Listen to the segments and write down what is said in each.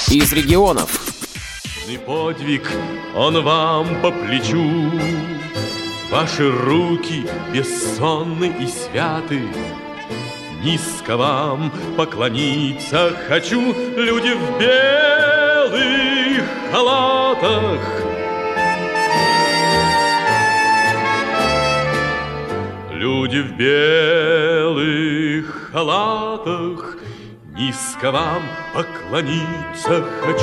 из регионов. Подвиг, он вам по плечу. Ваши руки бессонны и святы. Низко вам поклониться хочу, люди в белых халатах. Люди в белых халатах, низко вам поклониться хочу.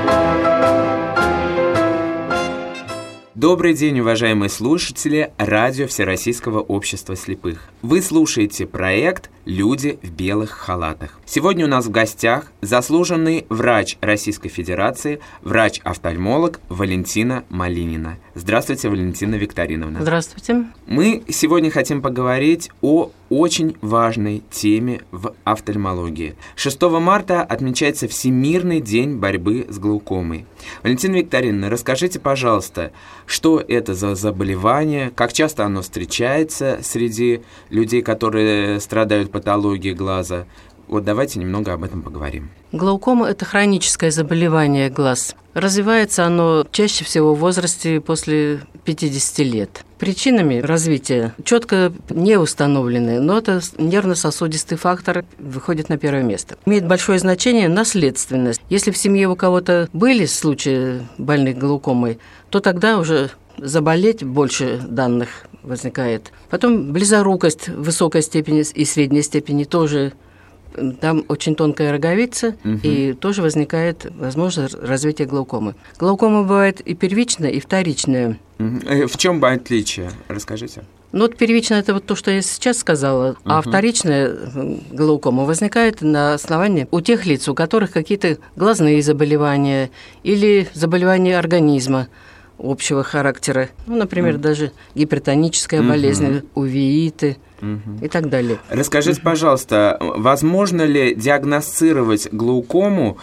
Добрый день, уважаемые слушатели радио Всероссийского общества слепых. Вы слушаете проект «Люди в белых халатах». Сегодня у нас в гостях заслуженный врач Российской Федерации, врач-офтальмолог Валентина Малинина. Здравствуйте, Валентина Викториновна. Здравствуйте. Мы сегодня хотим поговорить о очень важной теме в офтальмологии. 6 марта отмечается Всемирный день борьбы с глаукомой. Валентина Викториновна, расскажите, пожалуйста, что это за заболевание, как часто оно встречается среди людей, которые страдают патологией глаза. Вот давайте немного об этом поговорим. Глаукома – это хроническое заболевание глаз. Развивается оно чаще всего в возрасте после 50 лет. Причинами развития четко не установлены, но это нервно-сосудистый фактор выходит на первое место. Имеет большое значение наследственность. Если в семье у кого-то были случаи больных глаукомой, то тогда уже заболеть больше данных возникает. Потом близорукость в высокой степени и средней степени тоже. Там очень тонкая роговица, и тоже возникает возможность развития глаукомы. Глаукома бывает и первичная, и вторичная. В чем отличие? Расскажите. Ну вот первичная – это вот то, что я сейчас сказала, а вторичная глаукома возникает на основании у тех лиц, у которых какие-то глазные заболевания или заболевания организма общего характера. Ну, например, даже гипертоническая болезнь, увеиты и так далее. Расскажите, пожалуйста, возможно ли диагностировать глаукому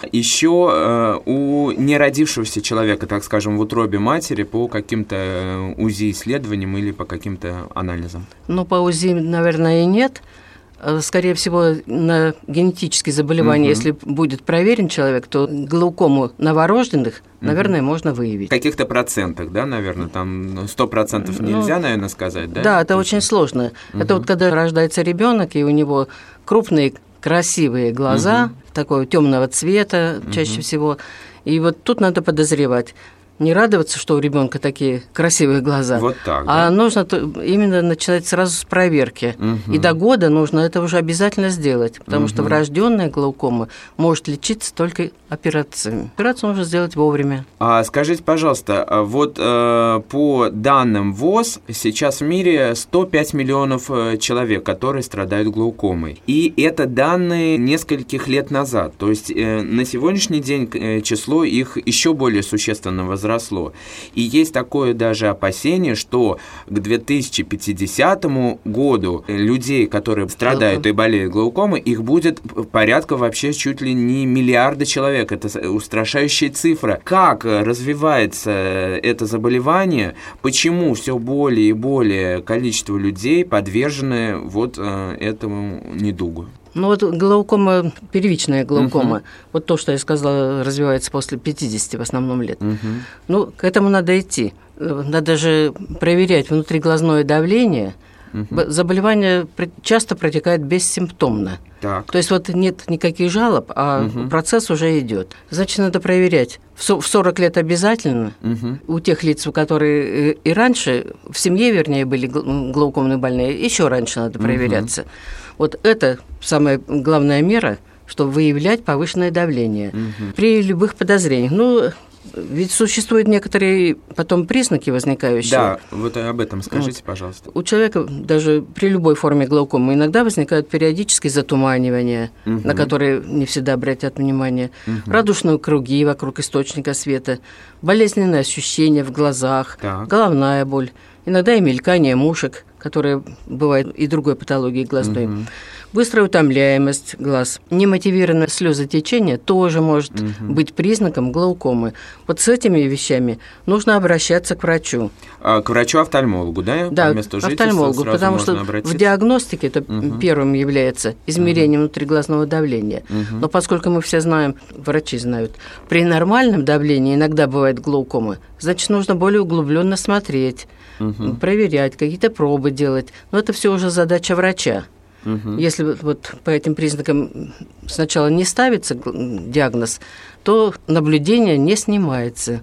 еще у неродившегося человека, так скажем, в утробе матери по каким-то УЗИ-исследованиям или по каким-то анализам? Ну, по УЗИ, наверное, и нет. Скорее всего, на генетические заболевания, если будет проверен человек, то глаукому новорожденных, наверное, можно выявить. В каких-то процентах, да, наверное, там 100% нельзя, наверное, сказать, да? Да, это очень сложно. Это вот когда рождается ребенок, и у него крупные, красивые глаза, такого темного цвета чаще всего, и вот тут надо подозревать. Не радоваться, что у ребенка такие красивые глаза, вот так, а да? нужно именно начинать сразу с проверки. И до года нужно это уже обязательно сделать, потому что врожденная глаукома может лечиться только операциями. Операцию нужно сделать вовремя. Скажите, пожалуйста, вот по данным ВОЗ сейчас в мире 105 миллионов человек, которые страдают глаукомой. И это данные нескольких лет назад. То есть на сегодняшний день число их еще более существенно возросло. И есть такое даже опасение, что к 2050 году людей, которые страдают и болеют глаукомой, их будет порядка вообще чуть ли не миллиарда человек. Это устрашающая цифра. Как развивается это заболевание? Почему все более и более количество людей подвержены вот этому недугу? Ну вот глаукома, первичная глаукома, вот то, что я сказала, развивается после 50 в основном лет. Ну, к этому надо идти. Надо же проверять внутриглазное давление. Заболевание часто протекает бессимптомно. Так. То есть вот нет никаких жалоб, а процесс уже идет. Значит, надо проверять. В 40 лет обязательно. У тех лиц, у которых и раньше, в семье, вернее, были глаукомные больные, еще раньше надо проверяться. Вот это самая главная мера, чтобы выявлять повышенное давление при любых подозрениях. Ну, ведь существуют некоторые потом признаки возникающие. Да, вот об этом скажите, пожалуйста. У человека даже при любой форме глаукомы иногда возникают периодические затуманивания, на которые не всегда обратят внимание, радужные круги вокруг источника света, болезненные ощущения в глазах, головная боль, иногда и мелькание мушек, которые бывают и другой патологией глазной. Быстрая утомляемость глаз, немотивированное слезотечение тоже может быть признаком глаукомы. Вот с этими вещами нужно обращаться к врачу. К врачу-офтальмологу, да? Да, по месту жительства офтальмологу, сразу потому можно что обратиться. в диагностике это первым является измерение внутриглазного давления. Но поскольку мы все знаем, врачи знают, при нормальном давлении иногда бывает глаукома, значит, нужно более углубленно смотреть, проверять, какие-то пробы делать. Но это все уже задача врача. Если вот по этим признакам сначала не ставится диагноз, то наблюдение не снимается.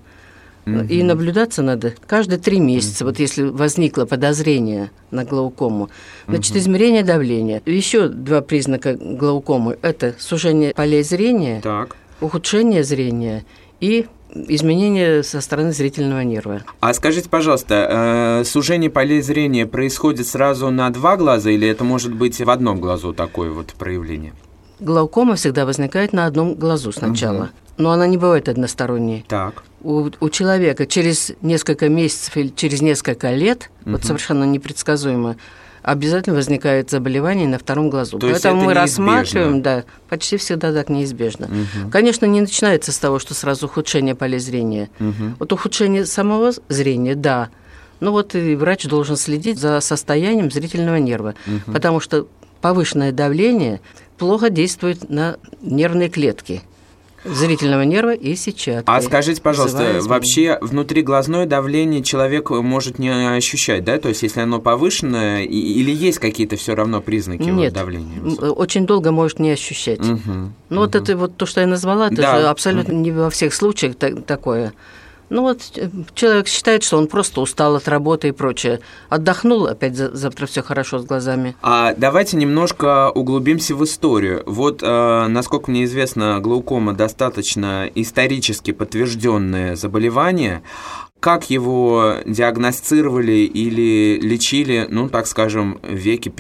И наблюдаться надо каждые 3 месяца. Вот если возникло подозрение на глаукому, значит, измерение давления. Еще 2 признака глаукомы – это сужение полей зрения, ухудшение зрения и изменения со стороны зрительного нерва. А скажите, пожалуйста, сужение полей зрения происходит сразу на 2 глаза или это может быть в одном глазу такое вот проявление? Глаукома всегда возникает на одном глазу сначала, но она не бывает односторонней. Так. У человека через несколько месяцев или через несколько лет, вот совершенно непредсказуемо, обязательно возникает заболевание на 2 глазу. То Поэтому мы неизбежно. рассматриваем, да, почти всегда так неизбежно. Конечно, не начинается с того, что сразу ухудшение полей зрения. Вот ухудшение самого зрения, да. Но вот и врач должен следить за состоянием зрительного нерва, потому что повышенное давление плохо действует на нервные клетки зрительного нерва и сетчатки. А скажите, пожалуйста, вообще внутриглазное давление человек может не ощущать, да? То есть если оно повышенное, или есть какие-то все равно признаки Нет, давления? очень долго может не ощущать. Ну вот это вот то, что я назвала, это же абсолютно не во всех случаях такое. Ну вот человек считает, что он просто устал от работы и прочее. Отдохнул, опять завтра все хорошо с глазами. А давайте немножко углубимся в историю. Вот, насколько мне известно, глаукома достаточно исторически подтвержденное заболевание. Как его диагностировали или лечили, ну, так скажем, в веке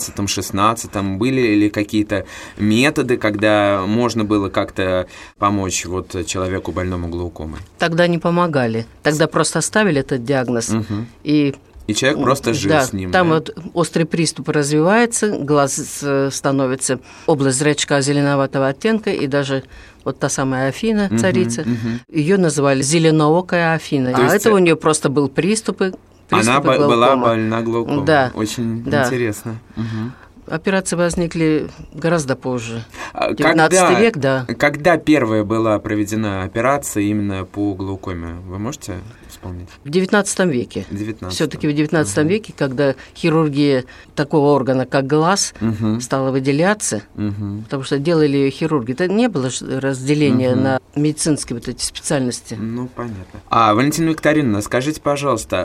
15-16? Были ли какие-то методы, когда можно было как-то помочь вот человеку больному глаукомой? Тогда не помогали. Тогда просто ставили этот диагноз и человек просто жил с ним. Там вот острый приступ развивается, глаз становится, область зрачка зеленоватого оттенка, и даже вот та самая Афина, царица, ее называли зеленоокая Афина. А это у нее просто был приступы Она глаукомы. Была больна глаукомой. Да. Очень интересно. Операции возникли гораздо позже. 19 век, да. Когда первая была проведена операция именно по глаукоме? Вы можете вспомнить? В 19 веке. Все-таки в 19 веке, когда хирургия такого органа, как глаз, стала выделяться, потому что делали ее хирурги. Это не было разделения на медицинские вот эти специальности. Ну, понятно. Валентина Викторовна, скажите, пожалуйста,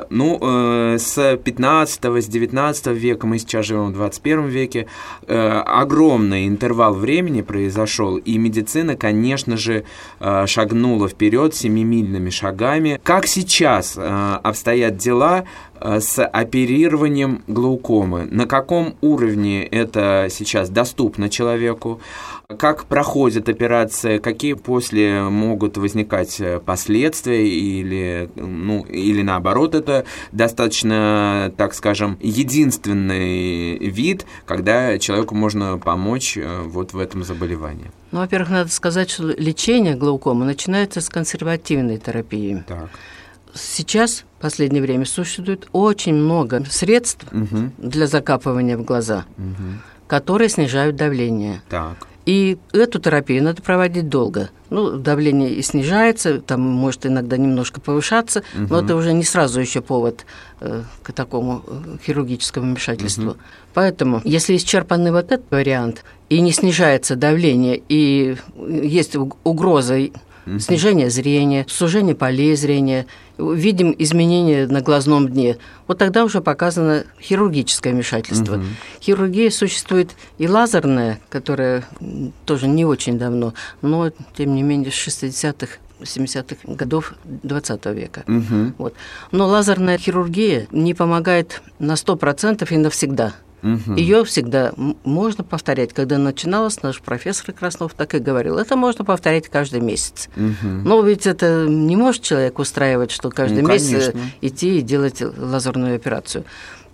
с 15 с 19 века, мы сейчас живем в 21 веке, огромный интервал времени произошел, и медицина, конечно же, шагнула вперед семимильными шагами. Как сейчас обстоят дела с оперированием глаукомы? На каком уровне это сейчас доступно человеку? Как проходит операция? Какие после могут возникать последствия? Или наоборот, это достаточно, так скажем, единственный вид, когда человеку можно помочь вот в этом заболевании? Ну, во-первых, надо сказать, что лечение глаукомы начинается с консервативной терапии. Так. Сейчас, в последнее время, существует очень много средств для закапывания в глаза, которые снижают давление. Так. И эту терапию надо проводить долго. Ну, давление и снижается, там может иногда немножко повышаться, но это уже не сразу еще повод к такому хирургическому вмешательству. Поэтому, если исчерпанный вот этот вариант, и не снижается давление, и есть угроза снижение зрения, сужение полей зрения, видим изменения на глазном дне, вот тогда уже показано хирургическое вмешательство. Хирургия существует и лазерная, которая тоже не очень давно, но, тем не менее, с 60-х, 70-х годов 20 века. Вот. Но лазерная хирургия не помогает на 100% и навсегда. Ее всегда можно повторять. Когда начиналось, наш профессор Краснов так и говорил, это можно повторять каждый месяц. Но ведь это не может человек устраивать, что каждый месяц идти и делать лазерную операцию.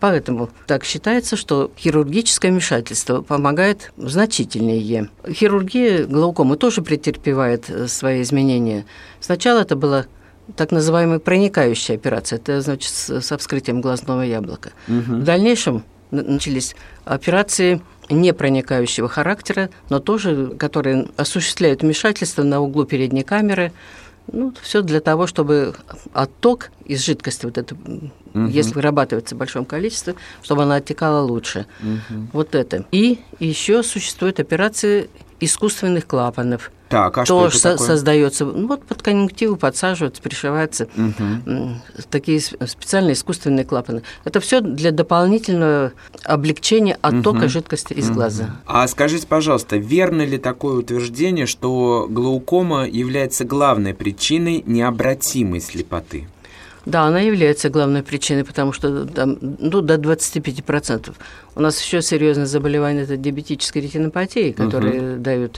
Поэтому так считается, что хирургическое вмешательство помогает значительнее. Хирургия глаукомы тоже претерпевает свои изменения. Сначала это была так называемая проникающая операция, это значит со вскрытием глазного яблока. В дальнейшем начались операции непроникающего характера, но тоже, которые осуществляют вмешательство на углу передней камеры. Все для того, чтобы отток из жидкости, вот это, если вырабатывается в большом количестве, чтобы она оттекала лучше. Вот это. И еще существуют операции искусственных клапанов. Так, а тоже что это такое? Создается, под конъюнктиву подсаживаются, пришиваются такие специальные искусственные клапаны. Это все для дополнительного облегчения оттока жидкости из глаза. А скажите, пожалуйста, верно ли такое утверждение, что глаукома является главной причиной необратимой слепоты? Да, она является главной причиной, потому что там, до 25%. У нас еще серьезное заболевание – это диабетическая ретинопатия, которые дают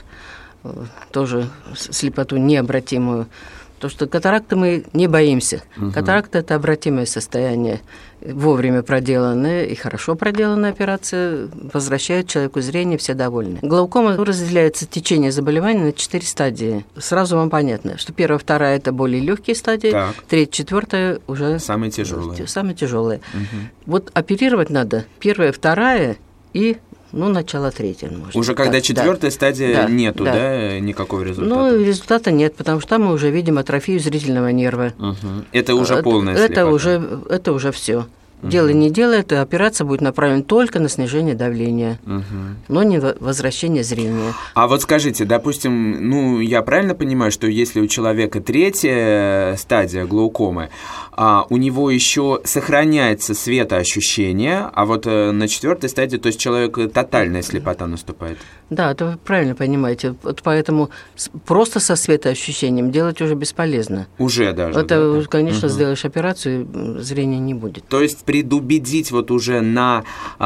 тоже слепоту необратимую. Потому что катаракты мы не боимся. Катаракта – это обратимое состояние. Вовремя проделанная и хорошо проделанная операция возвращает человеку зрение, все довольны. Глаукома разделяется течение заболевания на 4 стадии. Сразу вам понятно, что 1, 2 – это более легкие стадии, 3, 4 уже самые тяжелые. Самые тяжелые. Вот оперировать надо 1, 2 и начало 3. Уже когда 4-я стадия нету, никакого результата? Результата нет, потому что там мы уже видим атрофию зрительного нерва. Это уже полная слепота? Это уже все. Делай, не делай, эта операция будет направлена только на снижение давления, но не возвращение зрения. А вот скажите, допустим, я правильно понимаю, что если у человека 3-я стадия глаукомы, у него еще сохраняется светоощущение, а вот на 4-й стадии, то есть человеку тотальная слепота наступает? Да, это вы правильно понимаете. Вот поэтому просто со светоощущением делать уже бесполезно. Уже даже? Это, конечно, сделаешь операцию, зрения не будет. То есть предубедить вот уже на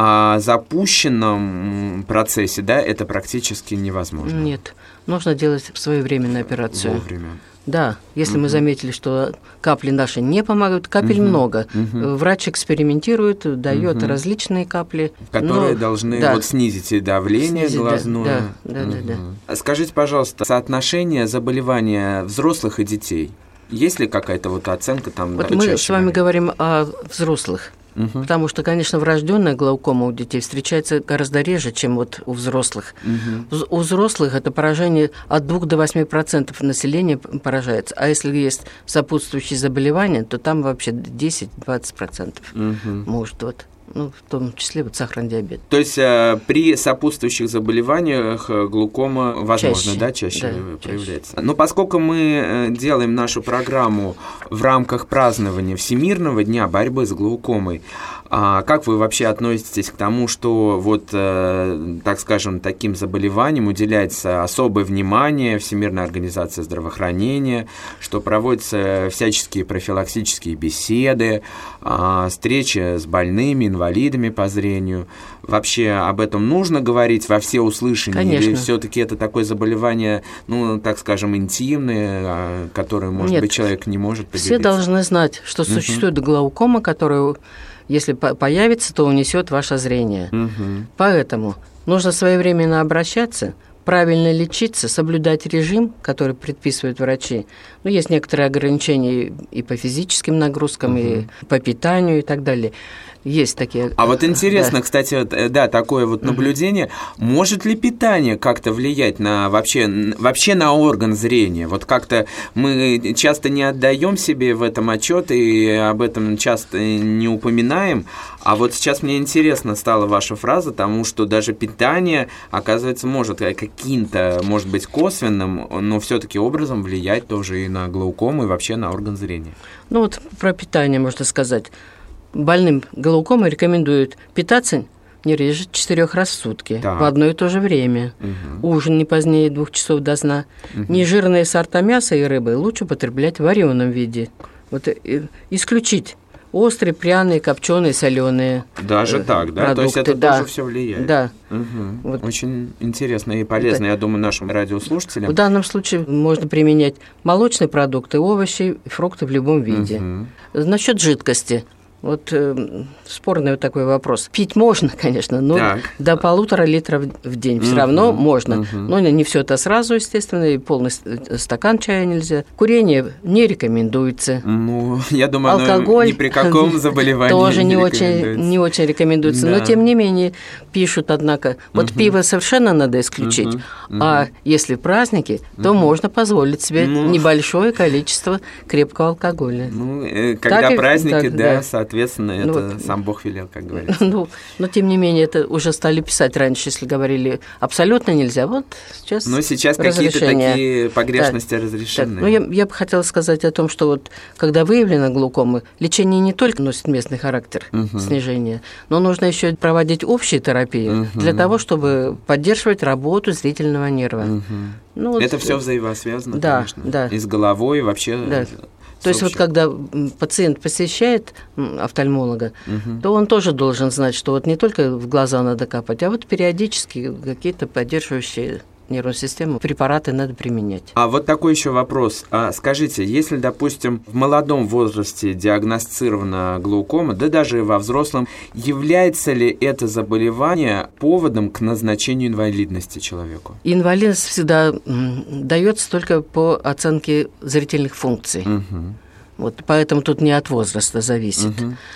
запущенном процессе, это практически невозможно? Нет, нужно делать своевременную операцию. Вовремя. Да, если мы заметили, что капли наши не помогают, капель много. Врач экспериментирует, дает различные капли. Которые должны снизить давление глазное. Да. Скажите, пожалуйста, соотношение заболевания взрослых и детей. Есть ли какая-то оценка там? Вот мы с вами говорим о взрослых. Потому что, конечно, врожденная глаукома у детей встречается гораздо реже, чем у взрослых. У взрослых это поражение от 2 до 8% населения поражается. А если есть сопутствующие заболевания, то там вообще 10-20% может в том числе сахарный диабет. То есть при сопутствующих заболеваниях глаукома, возможно, чаще проявляется. Но поскольку мы делаем нашу программу в рамках празднования Всемирного дня борьбы с глаукомой, как вы вообще относитесь к тому, что так скажем, таким заболеваниям уделяется особое внимание Всемирной организации здравоохранения, что проводятся всяческие профилактические беседы, встречи с больными, инвалидами по зрению? Вообще об этом нужно говорить во всеуслышание? Конечно. Или все-таки это такое заболевание, так скажем, интимное, которое, может быть, человек не может поделиться? Все должны знать, что существует глаукома, которая, если появится, то унесет ваше зрение. Поэтому нужно своевременно обращаться, правильно лечиться, соблюдать режим, который предписывают врачи. Есть некоторые ограничения и по физическим нагрузкам, и по питанию и так далее. Есть такие. А интересно, кстати, такое наблюдение. Может ли питание как-то влиять на вообще на орган зрения? Как-то мы часто не отдаем себе в этом отчет и об этом часто не упоминаем. А сейчас мне интересно стала ваша фраза, тому, что даже питание, оказывается, может каким-то, может быть, косвенным, но все-таки образом влиять тоже и на глаукому, и вообще на орган зрения. Про питание можно сказать. Больным глаукомой рекомендуют питаться не реже 4 раз в сутки, в одно и то же время. Ужин не позднее 2 часов до сна. Нежирные сорта мяса и рыбы лучше употреблять в вареном виде. Исключить острые, пряные, копченые, соленые. Даже так, да? Продукты, то есть это тоже все влияет. Да. Очень интересно и полезно, я думаю, нашим радиослушателям. В данном случае можно применять молочные продукты, овощи, фрукты в любом виде. Насчет жидкости. Вот спорный вот такой вопрос. Пить можно, конечно, но до 1,5 литра в день все равно можно. Но не все это сразу, естественно, и полный стакан чая нельзя. Курение не рекомендуется. Ну, я думаю, алкоголь ни при каком заболевании тоже не очень рекомендуется. Да. Но, тем не менее, пишут, однако, вот пиво совершенно надо исключить, а если праздники, то можно позволить себе небольшое количество крепкого алкоголя. Ну, когда праздники, соответственно, это сам Бог велел, как говорится. Но, тем не менее, это уже стали писать раньше, если говорили абсолютно нельзя. Вот сейчас но сейчас какие-то такие погрешности разрешены. Ну, я бы хотела сказать о том, что вот когда выявлена глаукома, лечение не только носит местный характер снижения, но нужно еще проводить общую терапию для того, чтобы поддерживать работу зрительного нерва. Это все взаимосвязано, конечно. Да. И с головой вообще. Да. То есть вот когда пациент посещает офтальмолога, то он тоже должен знать, что вот не только в глаза надо капать, а вот периодически какие-то поддерживающие нервную систему препараты надо применять. А вот такой еще вопрос. Скажите, если, допустим, в молодом возрасте диагностирована глаукома, да даже во взрослом, является ли это заболевание поводом к назначению инвалидности человеку? Инвалидность всегда дается только по оценке зрительных функций. Вот, поэтому тут не от возраста зависит.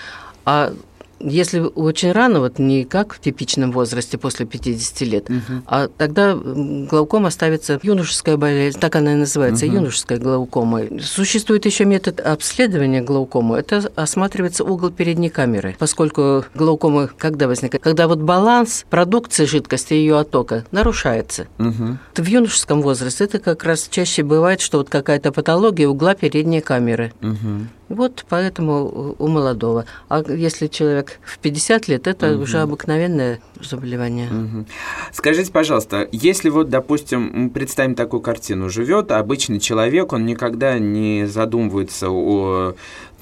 А если очень рано, вот не как в типичном возрасте после 50 лет, а тогда глаукома ставится юношеская болезнь, так она и называется, юношеская глаукома. Существует еще метод обследования глаукомы, это осматривается угол передней камеры, поскольку глаукома когда возникает? Когда вот баланс продукции жидкости и ее оттока нарушается. В юношеском возрасте это как раз чаще бывает, что вот какая-то патология угла передней камеры. Вот поэтому у молодого. А если человек в 50 лет, это уже обыкновенное заболевание. Скажите, пожалуйста, если вот, допустим, мы представим такую картину, живет обычный человек, он никогда не задумывается о,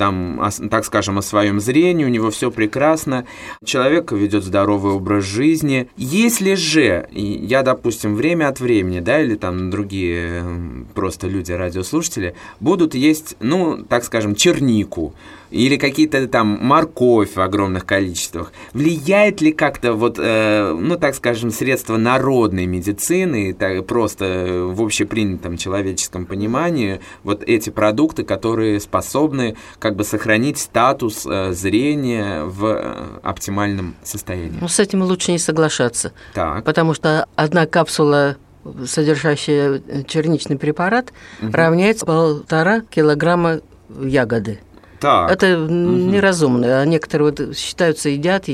так скажем, о своем зрении, у него все прекрасно, человек ведет здоровый образ жизни. Если же я, допустим, время от времени, или там другие просто люди, радиослушатели, будут есть, так скажем, чернику или какие-то там морковь в огромных количествах, влияет ли как-то вот, так скажем, средства народной медицины, просто в общепринятом человеческом понимании, вот эти продукты, которые способны как бы сохранить статус зрения в оптимальном состоянии? С этим лучше не соглашаться, так. Потому что одна капсула, содержащая черничный препарат, равняется 1,5 килограмма ягоды. Так. Это неразумно. А некоторые считаются, едят.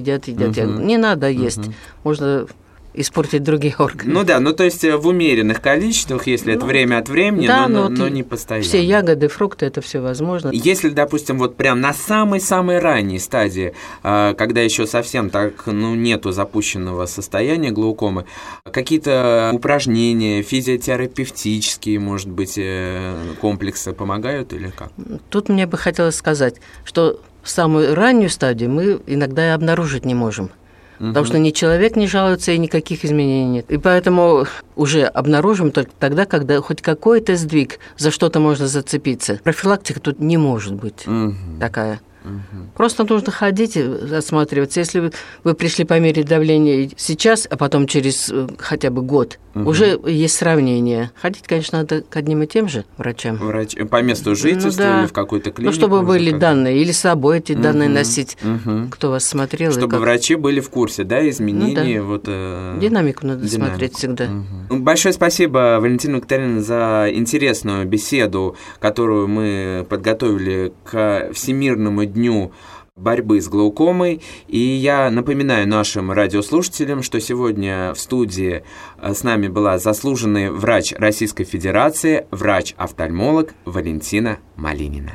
Не надо есть. Можно испортить другие органы. То есть в умеренных количествах, если это время от времени, но не постоянно. Все ягоды, фрукты, это все возможно. Если, допустим, вот прям на самой-самой ранней стадии, когда еще совсем нету запущенного состояния глаукомы, какие-то упражнения, физиотерапевтические, может быть, комплексы помогают или как? Тут мне бы хотелось сказать, что самую раннюю стадию мы иногда и обнаружить не можем. Потому что ни человек не жалуется, и никаких изменений нет. И поэтому уже обнаружим только тогда, когда хоть какой-то сдвиг, за что-то можно зацепиться. Профилактика тут не может быть такая. Просто нужно ходить и осматриваться. Если вы пришли померить давление сейчас, а потом через хотя бы год, уже есть сравнение. Ходить, конечно, надо к одним и тем же врачам. По месту жительства или в какую-то клинику? Чтобы были данные, или с собой эти данные носить, кто вас смотрел. Чтобы врачи были в курсе, изменений. Динамику надо смотреть всегда. Большое спасибо, Валентина Викторовна, за интересную беседу, которую мы подготовили к Всемирному дню борьбы с глаукомой. И я напоминаю нашим радиослушателям, что сегодня в студии с нами была заслуженный врач Российской Федерации, врач-офтальмолог Валентина Малинина.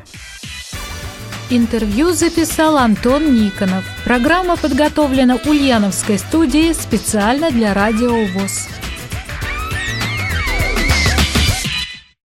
Интервью записал Антон Никонов. Программа подготовлена Ульяновской студией специально для Радио ВОС.